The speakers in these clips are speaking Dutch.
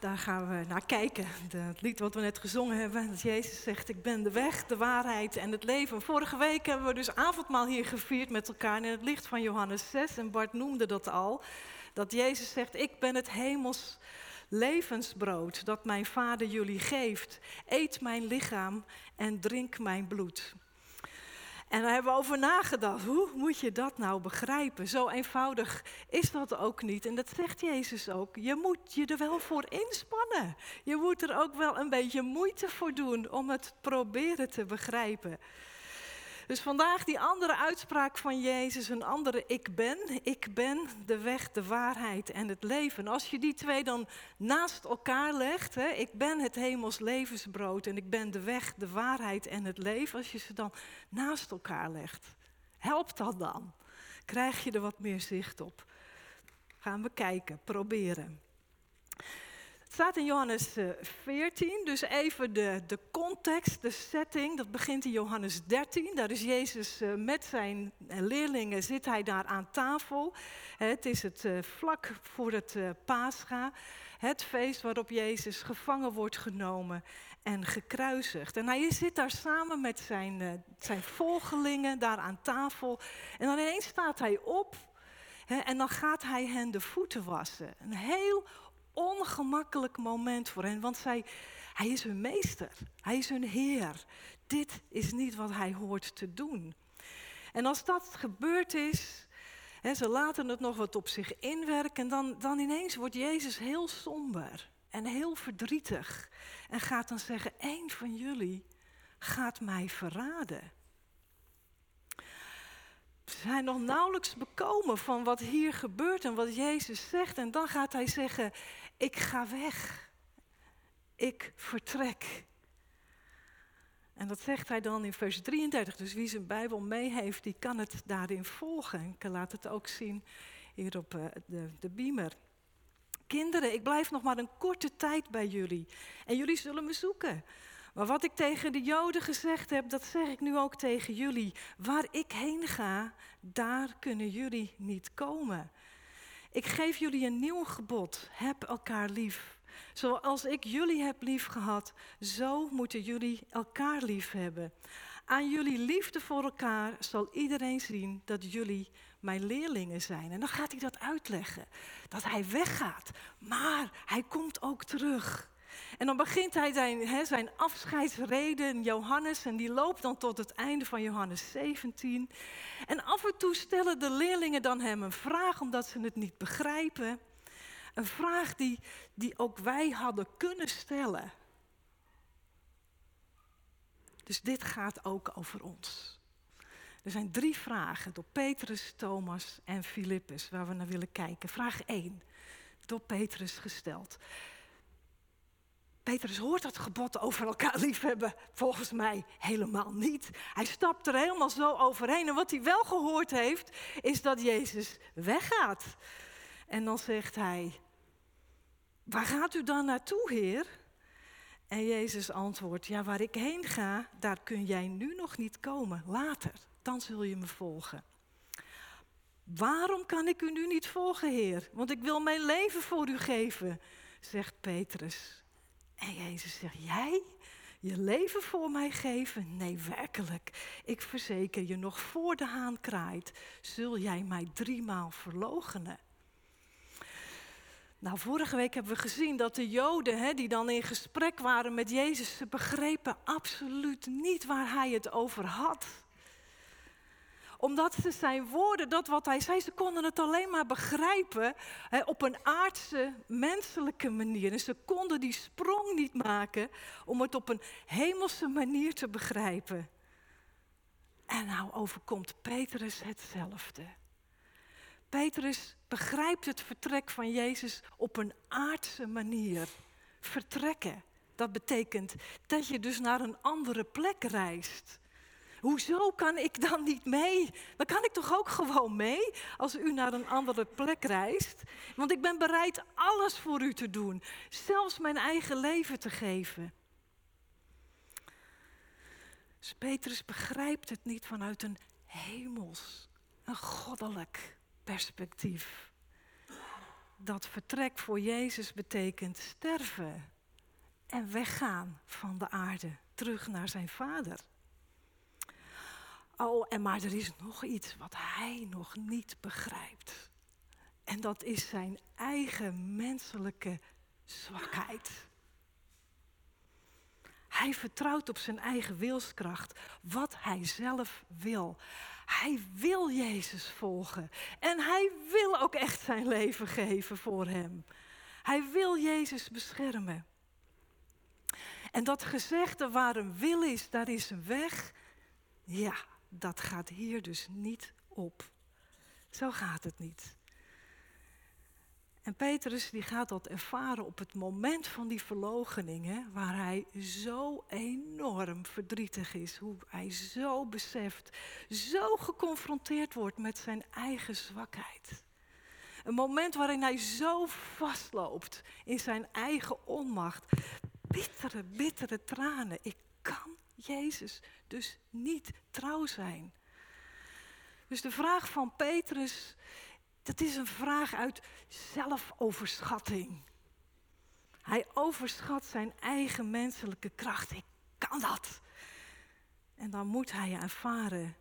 Daar gaan we naar kijken. Het lied wat we net gezongen hebben. Dat Jezus zegt, ik ben de weg, de waarheid en het leven. Vorige week hebben we dus avondmaal hier gevierd met elkaar in het licht van Johannes 6. En Bart noemde dat al. Dat Jezus zegt, ik ben het hemels levensbrood dat mijn Vader jullie geeft. Eet mijn lichaam en drink mijn bloed. En daar hebben we over nagedacht. Hoe moet je dat nou begrijpen? Zo eenvoudig is dat ook niet. En dat zegt Jezus ook. Je moet je er wel voor inspannen. Je moet er ook wel een beetje moeite voor doen om het proberen te begrijpen. Dus vandaag die andere uitspraak van Jezus, een andere ik ben. Ik ben de weg, de waarheid en het leven. Als je die twee dan naast elkaar legt, hè, ik ben het hemels levensbrood en ik ben de weg, de waarheid en het leven. Als je ze dan naast elkaar legt, helpt dat dan? Krijg je er wat meer zicht op? Gaan we kijken, proberen. Het staat in Johannes 14, dus even de context, de setting. Dat begint in Johannes 13. Daar is Jezus met zijn leerlingen, zit hij daar aan tafel. Het is het vlak voor het Pascha. Het feest waarop Jezus gevangen wordt genomen en gekruisigd. En hij zit daar samen met zijn volgelingen daar aan tafel. En dan ineens staat hij op en dan gaat hij hen de voeten wassen. Een heel ongemakkelijk moment voor hen, want hij is hun meester, hij is hun heer. Dit is niet wat hij hoort te doen. En als dat gebeurd is, ze laten het nog wat op zich inwerken, dan ineens wordt Jezus heel somber en heel verdrietig. En gaat dan zeggen, één van jullie gaat mij verraden. Ze zijn nog nauwelijks bekomen van wat hier gebeurt en wat Jezus zegt. En dan gaat hij zeggen, ik ga weg. Ik vertrek. En dat zegt hij dan in vers 33. Dus wie zijn Bijbel mee heeft, die kan het daarin volgen. Ik laat het ook zien hier op de beamer. Kinderen, ik blijf nog maar een korte tijd bij jullie. En jullie zullen me zoeken. Maar wat ik tegen de Joden gezegd heb, dat zeg ik nu ook tegen jullie. Waar ik heen ga, daar kunnen jullie niet komen. Ik geef jullie een nieuw gebod. Heb elkaar lief. Zoals ik jullie heb lief gehad, zo moeten jullie elkaar lief hebben. Aan jullie liefde voor elkaar zal iedereen zien dat jullie mijn leerlingen zijn. En dan gaat hij dat uitleggen. Dat hij weggaat, maar hij komt ook terug. En dan begint hij zijn afscheidsrede in Johannes en die loopt dan tot het einde van Johannes 17. En af en toe stellen de leerlingen dan hem een vraag omdat ze het niet begrijpen. Een vraag die ook wij hadden kunnen stellen. Dus dit gaat ook over ons. Er zijn 3 vragen door Petrus, Thomas en Filippus waar we naar willen kijken. Vraag 1, door Petrus gesteld. Petrus hoort dat gebod over elkaar liefhebben. Volgens mij helemaal niet. Hij stapt er helemaal zo overheen. En wat hij wel gehoord heeft, is dat Jezus weggaat. En dan zegt hij, waar gaat u dan naartoe, Heer? En Jezus antwoordt, ja, waar ik heen ga, daar kun jij nu nog niet komen. Later, dan zul je me volgen. Waarom kan ik u nu niet volgen, Heer? Want ik wil mijn leven voor u geven, zegt Petrus. En Jezus zegt, jij je leven voor mij geven? Nee, werkelijk. Ik verzeker je, nog voor de haan kraait, zul jij mij 3 maal verloochenen. Nou, vorige week hebben we gezien dat de Joden die dan in gesprek waren met Jezus, ze begrepen absoluut niet waar hij het over had. Omdat ze zijn woorden, dat wat hij zei, ze konden het alleen maar begrijpen op een aardse, menselijke manier. En ze konden die sprong niet maken om het op een hemelse manier te begrijpen. En nou overkomt Petrus hetzelfde. Petrus begrijpt het vertrek van Jezus op een aardse manier. Vertrekken, dat betekent dat je dus naar een andere plek reist. Hoezo kan ik dan niet mee? Dan kan ik toch ook gewoon mee als u naar een andere plek reist? Want ik ben bereid alles voor u te doen. Zelfs mijn eigen leven te geven. Dus Petrus begrijpt het niet vanuit een hemels, een goddelijk perspectief. dat vertrek voor Jezus betekent sterven en weggaan van de aarde, terug naar zijn Vader. Maar er is nog iets wat hij nog niet begrijpt. En dat is zijn eigen menselijke zwakheid. Hij vertrouwt op zijn eigen wilskracht, wat hij zelf wil. Hij wil Jezus volgen en hij wil ook echt zijn leven geven voor hem. Hij wil Jezus beschermen. En dat gezegde waar een wil is, daar is een weg. Ja, dat gaat hier dus niet op. Zo gaat het niet. En Petrus die gaat dat ervaren op het moment van die verloochening, hè, waar hij zo enorm verdrietig is. Hoe hij zo beseft, zo geconfronteerd wordt met zijn eigen zwakheid. Een moment waarin hij zo vastloopt in zijn eigen onmacht. Bittere, bittere tranen. Ik kan Jezus dus niet trouw zijn. Dus de vraag van Petrus, dat is een vraag uit zelfoverschatting. Hij overschat zijn eigen menselijke kracht. Ik kan dat. En dan moet hij ervaren,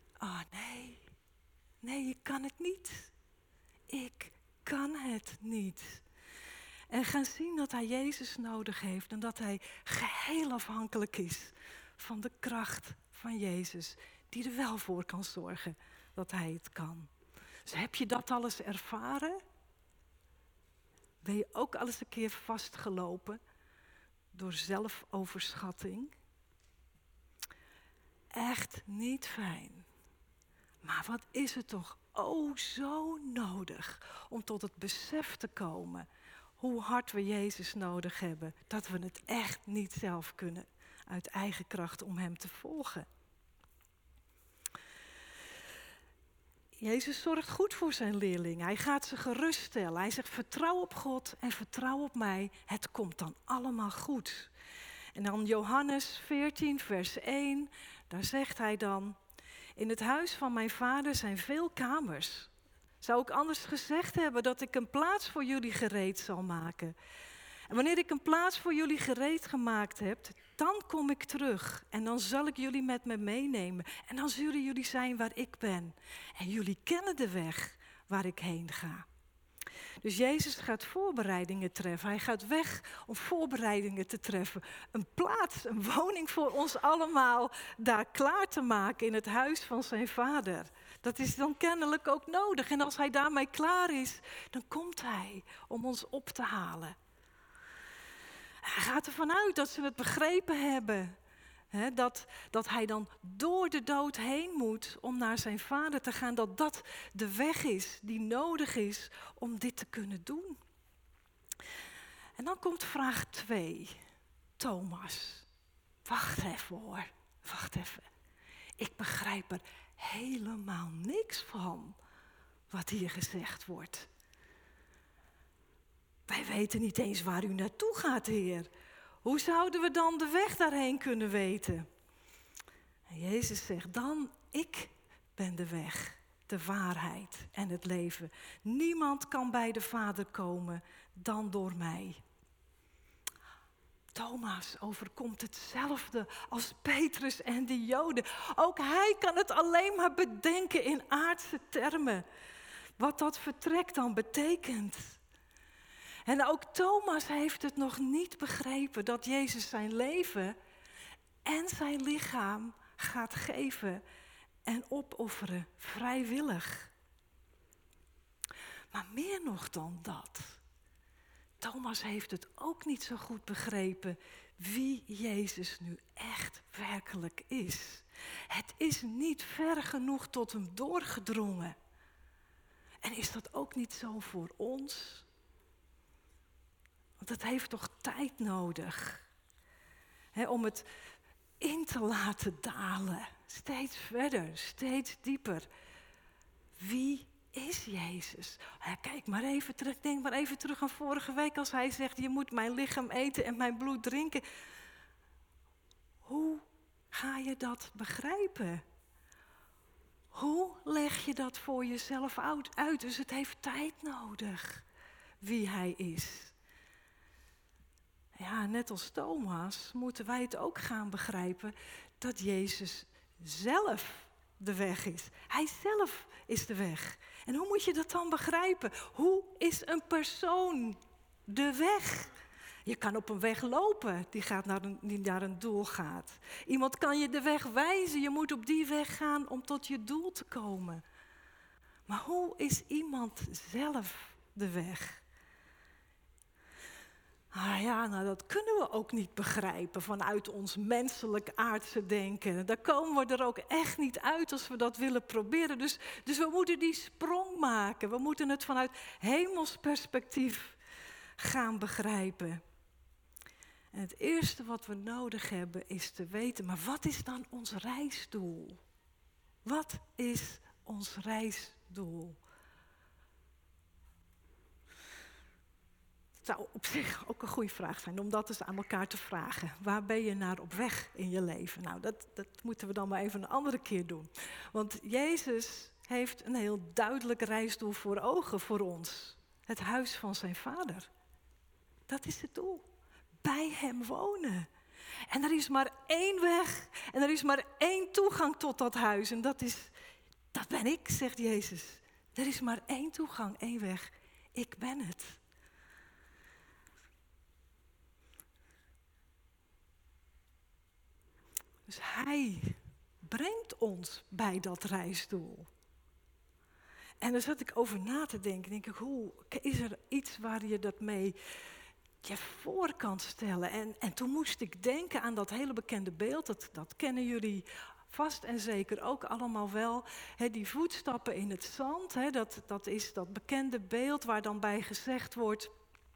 nee, je kan het niet. Ik kan het niet. En gaan zien dat hij Jezus nodig heeft en dat hij geheel afhankelijk is van de kracht van Jezus, die er wel voor kan zorgen dat hij het kan. Dus heb je dat alles ervaren? Ben je ook al eens een keer vastgelopen door zelfoverschatting? Echt niet fijn. Maar wat is het toch zo nodig om tot het besef te komen hoe hard we Jezus nodig hebben. Dat we het echt niet zelf kunnen uit eigen kracht om hem te volgen. Jezus zorgt goed voor zijn leerlingen. Hij gaat ze geruststellen. Hij zegt, vertrouw op God en vertrouw op mij. Het komt dan allemaal goed. En dan Johannes 14, vers 1. Daar zegt hij dan, in het huis van mijn vader zijn veel kamers. Zou ik anders gezegd hebben dat ik een plaats voor jullie gereed zal maken. En wanneer ik een plaats voor jullie gereed gemaakt heb, dan kom ik terug. En dan zal ik jullie met me meenemen. En dan zullen jullie zijn waar ik ben. En jullie kennen de weg waar ik heen ga. Dus Jezus gaat voorbereidingen treffen. Hij gaat weg om voorbereidingen te treffen. Een plaats, een woning voor ons allemaal daar klaar te maken in het huis van zijn vader. Dat is dan kennelijk ook nodig. En als hij daarmee klaar is, dan komt hij om ons op te halen. Hij gaat ervan uit dat ze het begrepen hebben. He, dat hij dan door de dood heen moet om naar zijn vader te gaan. Dat dat de weg is die nodig is om dit te kunnen doen. En dan komt vraag 2. Thomas, wacht even hoor, wacht even. Ik begrijp er helemaal niks van wat hier gezegd wordt. Wij weten niet eens waar u naartoe gaat, Heer. Hoe zouden we dan de weg daarheen kunnen weten? En Jezus zegt dan, ik ben de weg, de waarheid en het leven. Niemand kan bij de Vader komen dan door mij. Thomas overkomt hetzelfde als Petrus en de Joden. Ook hij kan het alleen maar bedenken in aardse termen. Wat dat vertrek dan betekent. En ook Thomas heeft het nog niet begrepen dat Jezus zijn leven en zijn lichaam gaat geven en opofferen, vrijwillig. Maar meer nog dan dat. Thomas heeft het ook niet zo goed begrepen wie Jezus nu echt werkelijk is. Het is niet ver genoeg tot hem doorgedrongen. En is dat ook niet zo voor ons? Want het heeft toch tijd nodig om het in te laten dalen. Steeds verder, steeds dieper. Wie is Jezus? Kijk maar even terug, denk maar even terug aan vorige week als hij zegt, je moet mijn lichaam eten en mijn bloed drinken. Hoe ga je dat begrijpen? Hoe leg je dat voor jezelf uit? Dus het heeft tijd nodig. wie hij is. Ja, net als Thomas moeten wij het ook gaan begrijpen dat Jezus zelf de weg is. Hij zelf is de weg. En hoe moet je dat dan begrijpen? Hoe is een persoon de weg? Je kan op een weg lopen die naar een doel gaat. Iemand kan je de weg wijzen. Je moet op die weg gaan om tot je doel te komen. Maar hoe is iemand zelf de weg? Nou dat kunnen we ook niet begrijpen vanuit ons menselijk aardse denken. Daar komen we er ook echt niet uit als we dat willen proberen. Dus we moeten die sprong maken. We moeten het vanuit hemels perspectief gaan begrijpen. En het eerste wat we nodig hebben is te weten, maar wat is dan ons reisdoel? Wat is ons reisdoel? Het zou op zich ook een goede vraag zijn om dat eens aan elkaar te vragen. Waar ben je naar op weg in je leven? Nou, dat moeten we dan maar even een andere keer doen. Want Jezus heeft een heel duidelijk reisdoel voor ogen voor ons. Het huis van zijn Vader. Dat is het doel. Bij hem wonen. En er is maar één weg. En er is maar één toegang tot dat huis. En dat ben ik, zegt Jezus. Er is maar één toegang, één weg. Ik ben het. Dus hij brengt ons bij dat reisdoel. En daar zat ik over na te denken. Denk ik, is er iets waar je dat mee je voor kan stellen? En toen moest ik denken aan dat hele bekende beeld. Dat kennen jullie vast en zeker ook allemaal wel. Die voetstappen in het zand. Dat is dat bekende beeld waar dan bij gezegd wordt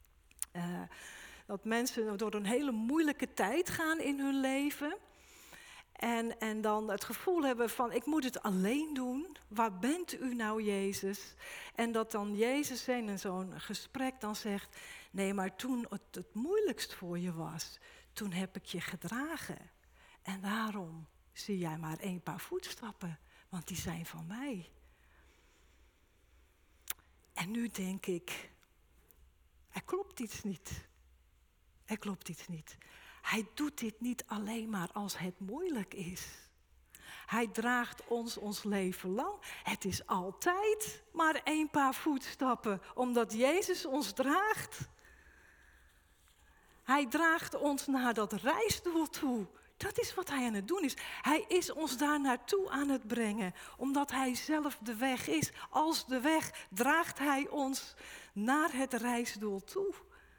dat mensen door een hele moeilijke tijd gaan in hun leven. En dan het gevoel hebben van, ik moet het alleen doen. Waar bent u nou, Jezus? En dat dan Jezus in zo'n gesprek dan zegt, nee, maar toen het moeilijkst voor je was, toen heb ik je gedragen. En daarom zie jij maar een paar voetstappen, want die zijn van mij. En nu denk ik, er klopt iets niet. Er klopt iets niet. Hij doet dit niet alleen maar als het moeilijk is. Hij draagt ons leven lang. Het is altijd maar een paar voetstappen, omdat Jezus ons draagt. Hij draagt ons naar dat reisdoel toe. Dat is wat hij aan het doen is. Hij is ons daar naartoe aan het brengen, omdat hij zelf de weg is. Als de weg draagt hij ons naar het reisdoel toe.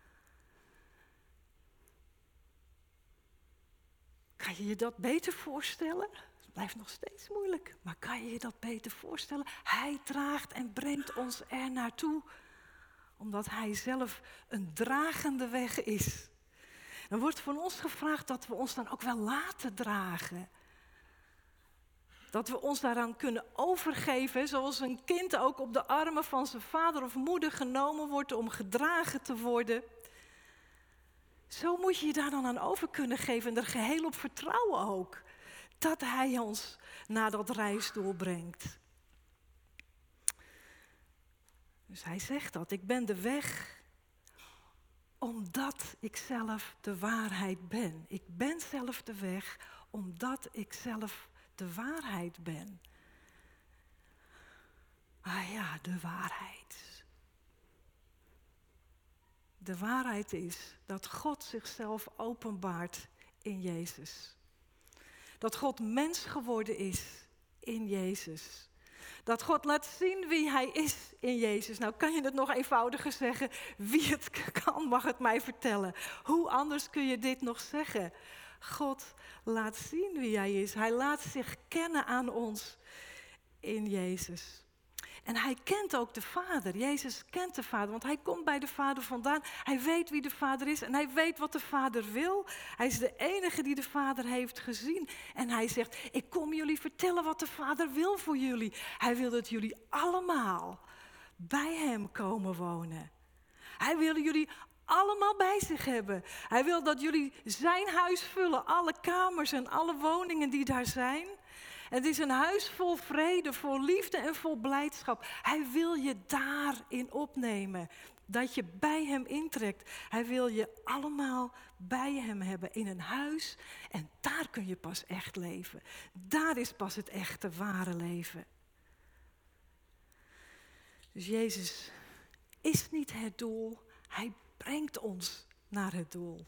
Kan je je dat beter voorstellen? Het blijft nog steeds moeilijk, maar kan je je dat beter voorstellen? Hij draagt en brengt ons er naartoe, omdat hij zelf een dragende weg is. Dan wordt van ons gevraagd dat we ons dan ook wel laten dragen. Dat we ons daaraan kunnen overgeven, zoals een kind ook op de armen van zijn vader of moeder genomen wordt om gedragen te worden. Zo moet je je daar dan aan over kunnen geven en er geheel op vertrouwen ook. Dat hij ons naar dat reisdoel brengt. Dus hij zegt dat, ik ben de weg omdat ik zelf de waarheid ben. Ik ben zelf de weg omdat ik zelf de waarheid ben. Ah ja, de waarheid. De waarheid is dat God zichzelf openbaart in Jezus. Dat God mens geworden is in Jezus. Dat God laat zien wie hij is in Jezus. Nou, kan je het nog eenvoudiger zeggen? Wie het kan, mag het mij vertellen. Hoe anders kun je dit nog zeggen? God laat zien wie hij is. Hij laat zich kennen aan ons in Jezus. En hij kent ook de Vader. Jezus kent de Vader, want hij komt bij de Vader vandaan. Hij weet wie de Vader is en hij weet wat de Vader wil. Hij is de enige die de Vader heeft gezien. En hij zegt, ik kom jullie vertellen wat de Vader wil voor jullie. Hij wil dat jullie allemaal bij hem komen wonen. Hij wil jullie allemaal bij zich hebben. Hij wil dat jullie zijn huis vullen, alle kamers en alle woningen die daar zijn. Het is een huis vol vrede, vol liefde en vol blijdschap. Hij wil je daarin opnemen. Dat je bij hem intrekt. Hij wil je allemaal bij hem hebben in een huis. En daar kun je pas echt leven. Daar is pas het echte, ware leven. Dus Jezus is niet het doel. Hij brengt ons naar het doel.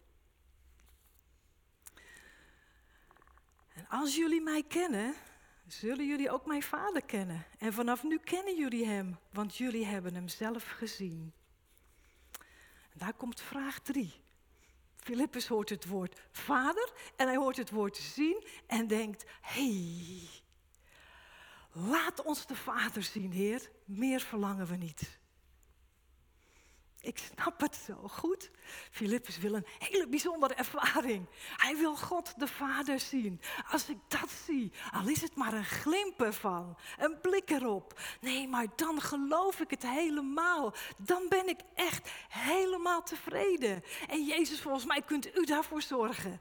En als jullie mij kennen, zullen jullie ook mijn Vader kennen. En vanaf nu kennen jullie hem, want jullie hebben hem zelf gezien. En daar komt vraag 3. Filippus hoort het woord Vader en hij hoort het woord zien en denkt, hey, laat ons de Vader zien, Heer. Meer verlangen we niet. Ik snap het zo goed. Filippus wil een hele bijzondere ervaring. Hij wil God de Vader zien. Als ik dat zie, al is het maar een glimp ervan, een blik erop. Nee, maar dan geloof ik het helemaal. Dan ben ik echt helemaal tevreden. En Jezus, volgens mij kunt u daarvoor zorgen.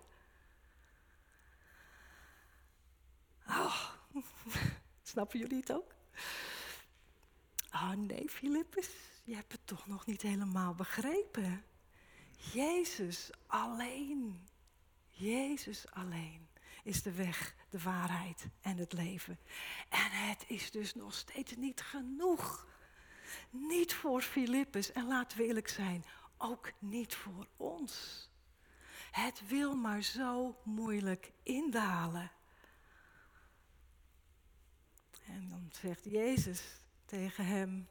Oh, snappen jullie het ook? Oh nee, Filippus. Je hebt het toch nog niet helemaal begrepen. Jezus alleen is de weg, de waarheid en het leven. En het is dus nog steeds niet genoeg. Niet voor Filippus en laten we eerlijk zijn, ook niet voor ons. Het wil maar zo moeilijk indalen. En dan zegt Jezus tegen hem,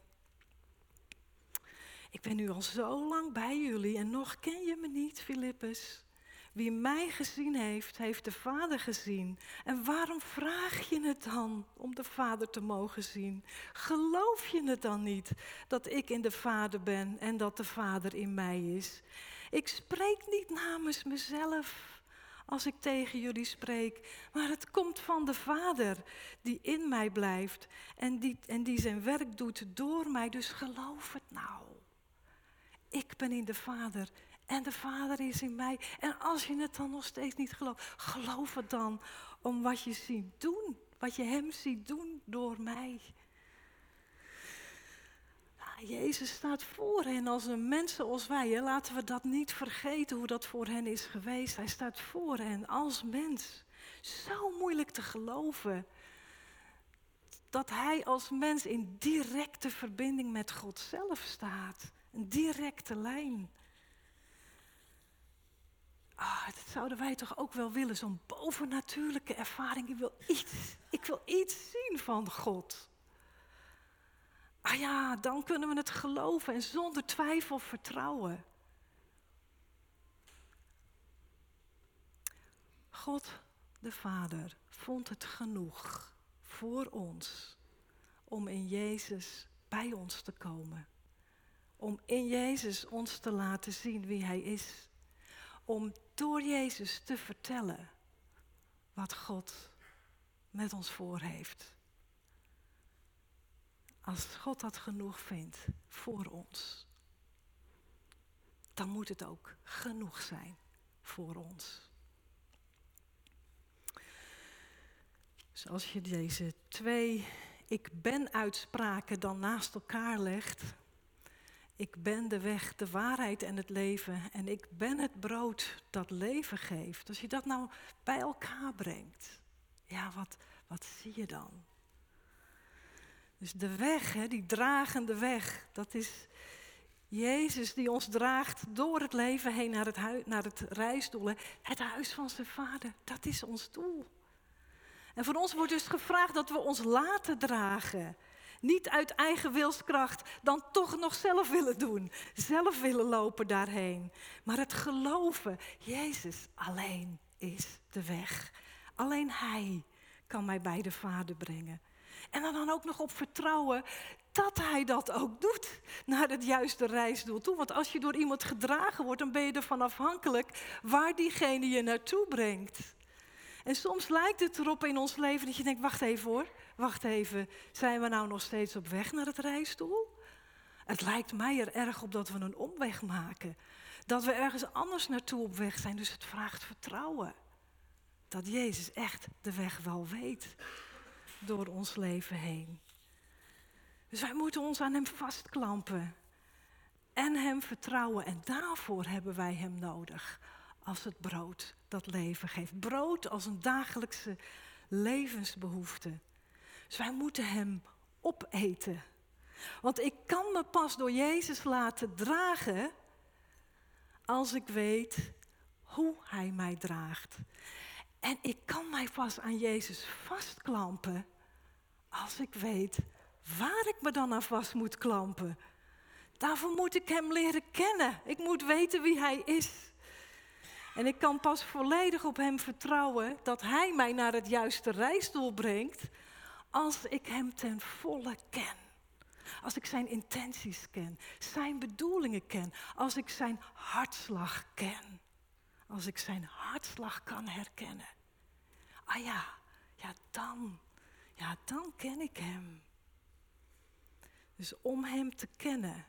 ik ben nu al zo lang bij jullie en nog ken je me niet, Filippus. Wie mij gezien heeft, heeft de Vader gezien. En waarom vraag je het dan om de Vader te mogen zien? Geloof je het dan niet dat ik in de Vader ben en dat de Vader in mij is? Ik spreek niet namens mezelf als ik tegen jullie spreek, maar het komt van de Vader die in mij blijft en die zijn werk doet door mij. Dus geloof het nou. Ik ben in de Vader en de Vader is in mij. En als je het dan nog steeds niet gelooft, geloof het dan om wat je ziet doen. Wat je hem ziet doen door mij. Jezus staat voor hen als een mens zoals wij. Hè. Laten we dat niet vergeten hoe dat voor hen is geweest. Hij staat voor hen als mens. Zo moeilijk te geloven. Dat hij als mens in directe verbinding met God zelf staat. Een directe lijn. Dat zouden wij toch ook wel willen. Zo'n bovennatuurlijke ervaring. Ik wil iets zien van God. Dan kunnen we het geloven en zonder twijfel vertrouwen. God de Vader vond het genoeg voor ons om in Jezus bij ons te komen. Om in Jezus ons te laten zien wie Hij is. Om door Jezus te vertellen wat God met ons voor heeft. Als God dat genoeg vindt voor ons, dan moet het ook genoeg zijn voor ons. Dus als je deze 2 ik ben uitspraken dan naast elkaar legt. Ik ben de weg, de waarheid en het leven. En ik ben het brood dat leven geeft. Als je dat nou bij elkaar brengt. Ja, wat zie je dan? Dus de weg, die dragende weg. Dat is Jezus die ons draagt door het leven heen naar het reisdoel. Het huis van zijn Vader, dat is ons doel. En voor ons wordt dus gevraagd dat we ons laten dragen. Niet uit eigen wilskracht, dan toch nog zelf willen doen. Zelf willen lopen daarheen. Maar het geloven, Jezus alleen is de weg. Alleen Hij kan mij bij de Vader brengen. En dan ook nog op vertrouwen dat Hij dat ook doet. Naar het juiste reisdoel toe. Want als je door iemand gedragen wordt, dan ben je ervan afhankelijk waar diegene je naartoe brengt. En soms lijkt het erop in ons leven dat je denkt, wacht even. Zijn we nou nog steeds op weg naar het reisdoel? Het lijkt mij er erg op dat we een omweg maken. Dat we ergens anders naartoe op weg zijn. Dus het vraagt vertrouwen. Dat Jezus echt de weg wel weet. Door ons leven heen. Dus wij moeten ons aan Hem vastklampen. en hem vertrouwen. En daarvoor hebben wij hem nodig. Als het brood dat leven geeft. Brood als een dagelijkse levensbehoefte. Dus wij moeten hem opeten. Want ik kan me pas door Jezus laten dragen als ik weet hoe hij mij draagt. En ik kan mij pas aan Jezus vastklampen als ik weet waar ik me dan aan vast moet klampen. Daarvoor moet ik hem leren kennen. Ik moet weten wie hij is. En ik kan pas volledig op hem vertrouwen dat hij mij naar het juiste reisdoel brengt als ik hem ten volle ken. Als ik zijn intenties ken, zijn bedoelingen ken, als ik zijn hartslag ken. Als ik zijn hartslag kan herkennen. Ah ja, dan ken ik hem. Dus om hem te kennen,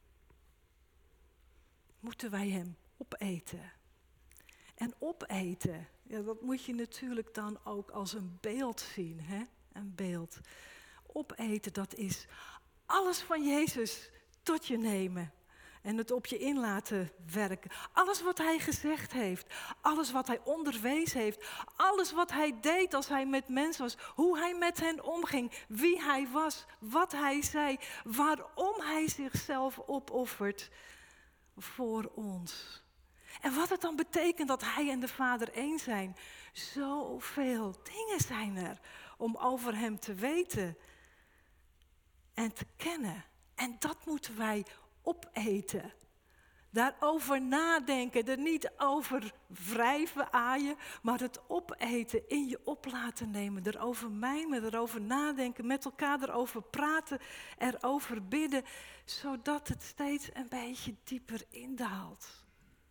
moeten wij hem opeten. En opeten, ja, dat moet je natuurlijk dan ook als een beeld zien. Hè? Een beeld. Opeten, dat is alles van Jezus tot je nemen. En het op je in laten werken. Alles wat hij gezegd heeft. Alles wat hij onderwezen heeft. Alles wat hij deed als hij met mensen was. Hoe hij met hen omging. Wie hij was. Wat hij zei. Waarom hij zichzelf opoffert voor ons. En wat het dan betekent dat hij en de Vader één zijn. Zoveel dingen zijn er om over hem te weten. En te kennen. En dat moeten wij opeten. Daarover nadenken, er niet over wrijven, aaien, maar het opeten, in je op laten nemen, erover mijmen, erover nadenken, met elkaar erover praten, erover bidden, zodat het steeds een beetje dieper indaalt.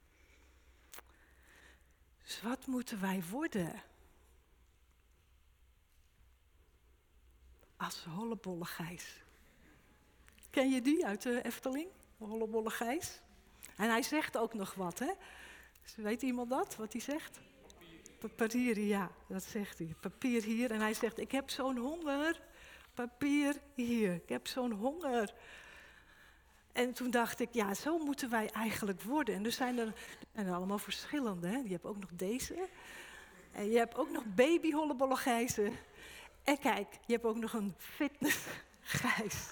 Dus wat moeten wij worden? Als Hollebolle Gijs. Ken je die uit de Efteling? Hollebolle Gijs. En hij zegt ook nog wat, hè? Dus weet iemand dat, wat hij zegt? Papier, ja, dat zegt hij. Papier hier. En hij zegt, ik heb zo'n honger. Papier hier. Ik heb zo'n honger. En toen dacht ik, ja, zo moeten wij eigenlijk worden. En er zijn er allemaal verschillende, hè? Je hebt ook nog deze. En je hebt ook nog baby Hollebolle Gijzen. En kijk, je hebt ook nog een fitness Gijs.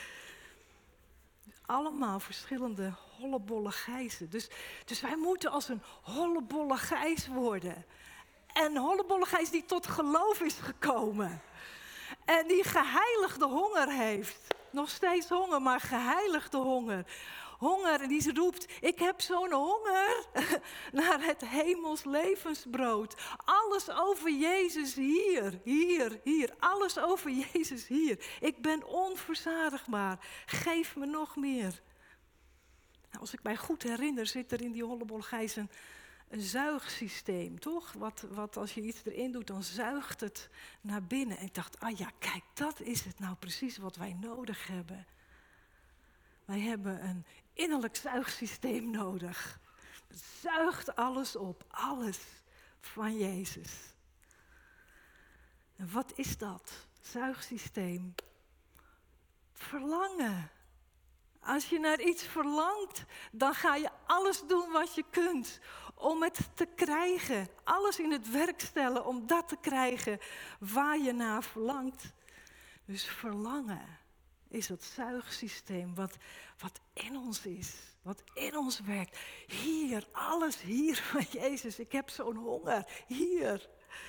Allemaal verschillende hollebolle Gijzen. Dus wij moeten als een hollebolle Gijs worden. En hollebolle Gijs die tot geloof is gekomen. En die geheiligde honger heeft. Nog steeds honger, maar geheiligde honger. Honger, en die roept, ik heb zo'n honger naar het hemels levensbrood. Alles over Jezus hier. Alles over Jezus hier. Ik ben onverzadigbaar. Geef me nog meer. Nou, als ik mij goed herinner, zit er in die hollebolle Gijs een zuigsysteem, toch? Wat als je iets erin doet, dan zuigt het naar binnen. En ik dacht, ah ja, kijk, dat is het nou precies wat wij nodig hebben. Wij hebben een innerlijk zuigsysteem nodig. Het zuigt alles op, alles van Jezus. En wat is dat? Zuigsysteem. Verlangen. Als je naar iets verlangt, dan ga je alles doen wat je kunt om het te krijgen. Alles in het werk stellen om dat te krijgen waar je naar verlangt. Dus verlangen is dat zuigsysteem wat in ons is, wat in ons werkt. Hier, alles hier van Jezus. Ik heb zo'n honger, hier.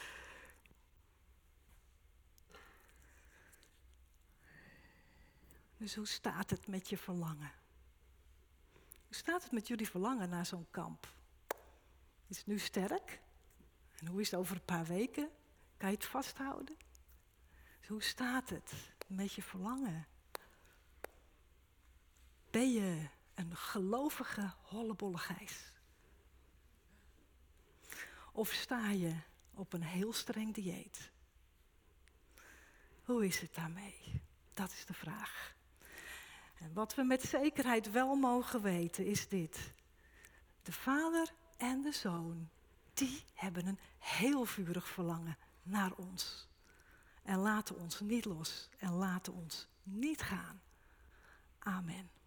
Dus hoe staat het met je verlangen? Hoe staat het met jullie verlangen naar zo'n kamp? Is het nu sterk? En hoe is het over een paar weken? Kan je het vasthouden? Dus hoe staat het met je verlangen? Ben je een gelovige hollebolle Gijs? Of sta je op een heel streng dieet? Hoe is het daarmee? Dat is de vraag. En wat we met zekerheid wel mogen weten is dit. De Vader en de Zoon, die hebben een heel vurig verlangen naar ons. En laten ons niet los en laten ons niet gaan. Amen.